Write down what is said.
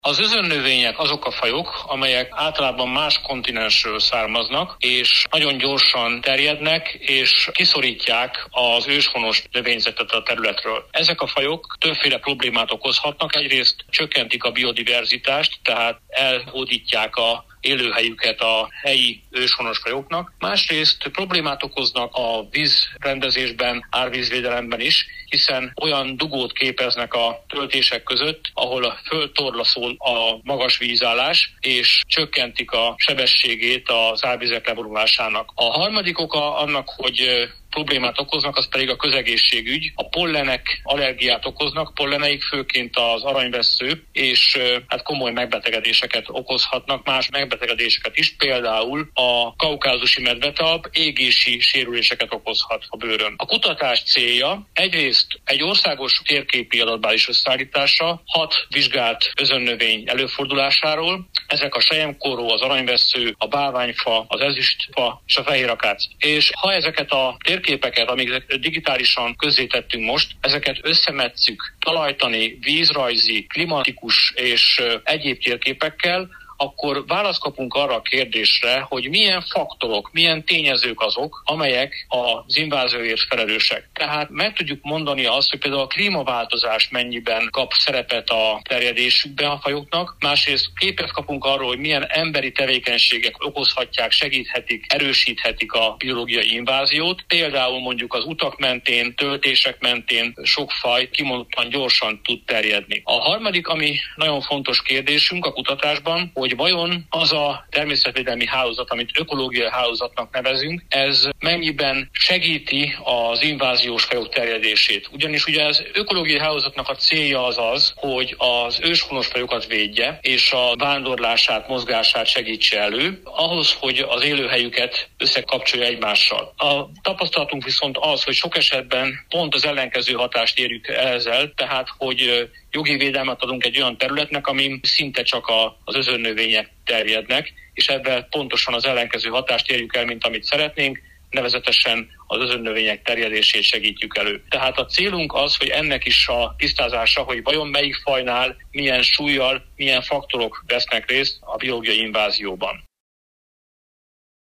Az özönnövények azok a fajok, amelyek általában más kontinensről származnak, és nagyon gyorsan terjednek, és kiszorítják az őshonos növényzetet a területről. Ezek a fajok többféle problémát okozhatnak. Egyrészt csökkentik a biodiverzitást, tehát elhódítják a élőhelyüket a helyi őshonos fajoknak. Másrészt problémát okoznak a vízrendezésben, árvízvédelemben is, hiszen olyan dugót képeznek a töltések között, ahol a földtorlaszol a magas vízállás, és csökkentik a sebességét az árvizek leborulásának. A harmadik oka annak, hogy problémát okoznak, az pedig a közegészségügy. A pollenek allergiát okoznak, polleneik főként az aranyvessző, és hát komoly megbetegedéseket okozhatnak, más megbetegedéseket is, például a kaukázusi medvetalp égési sérüléseket okozhat a bőrön. A kutatás célja egyrészt egy országos térképi adatbázis összeállítása 6 vizsgált özönnövény előfordulásáról. Ezek a selyemkorró, az aranyvessző, a bálványfa, az ezüstfa és a fehérakác. És ha ezeket a térképeket, amiket digitálisan közzétettünk most, ezeket összemetszük talajtani, vízrajzi, klimatikus és egyéb térképekkel, akkor választ kapunk arra a kérdésre, hogy milyen faktorok, milyen tényezők azok, amelyek az invázióért felelősek. Tehát meg tudjuk mondani azt, hogy például a klímaváltozás mennyiben kap szerepet a terjedésükben a fajoknak, másrészt képet kapunk arról, hogy milyen emberi tevékenységek okozhatják, segíthetik, erősíthetik a biológiai inváziót. Például mondjuk az utak mentén, töltések mentén sok faj kimondottan gyorsan tud terjedni. A harmadik, ami nagyon fontos kérdésünk a kutatásban, hogy vajon az a természetvédelmi hálózat, amit ökológiai hálózatnak nevezünk, ez mennyiben segíti az inváziós fajok terjedését. Ugyanis ugye az ökológiai hálózatnak a célja az, hogy az őshonos fajokat védje, és a vándorlását, mozgását segítse elő, ahhoz, hogy az élőhelyüket összekapcsolja egymással. A tapasztalatunk viszont az, hogy sok esetben pont az ellenkező hatást érjük ezzel, tehát hogy jogi védelmet adunk egy olyan területnek, ami szinte csak az özönnövények terjednek, és ebben pontosan az ellenkező hatást érjük el, mint amit szeretnénk, nevezetesen az özönnövények terjedését segítjük elő. Tehát a célunk az, hogy ennek is a tisztázása, hogy vajon melyik fajnál milyen súllyal, milyen faktorok vesznek részt a biológiai invázióban.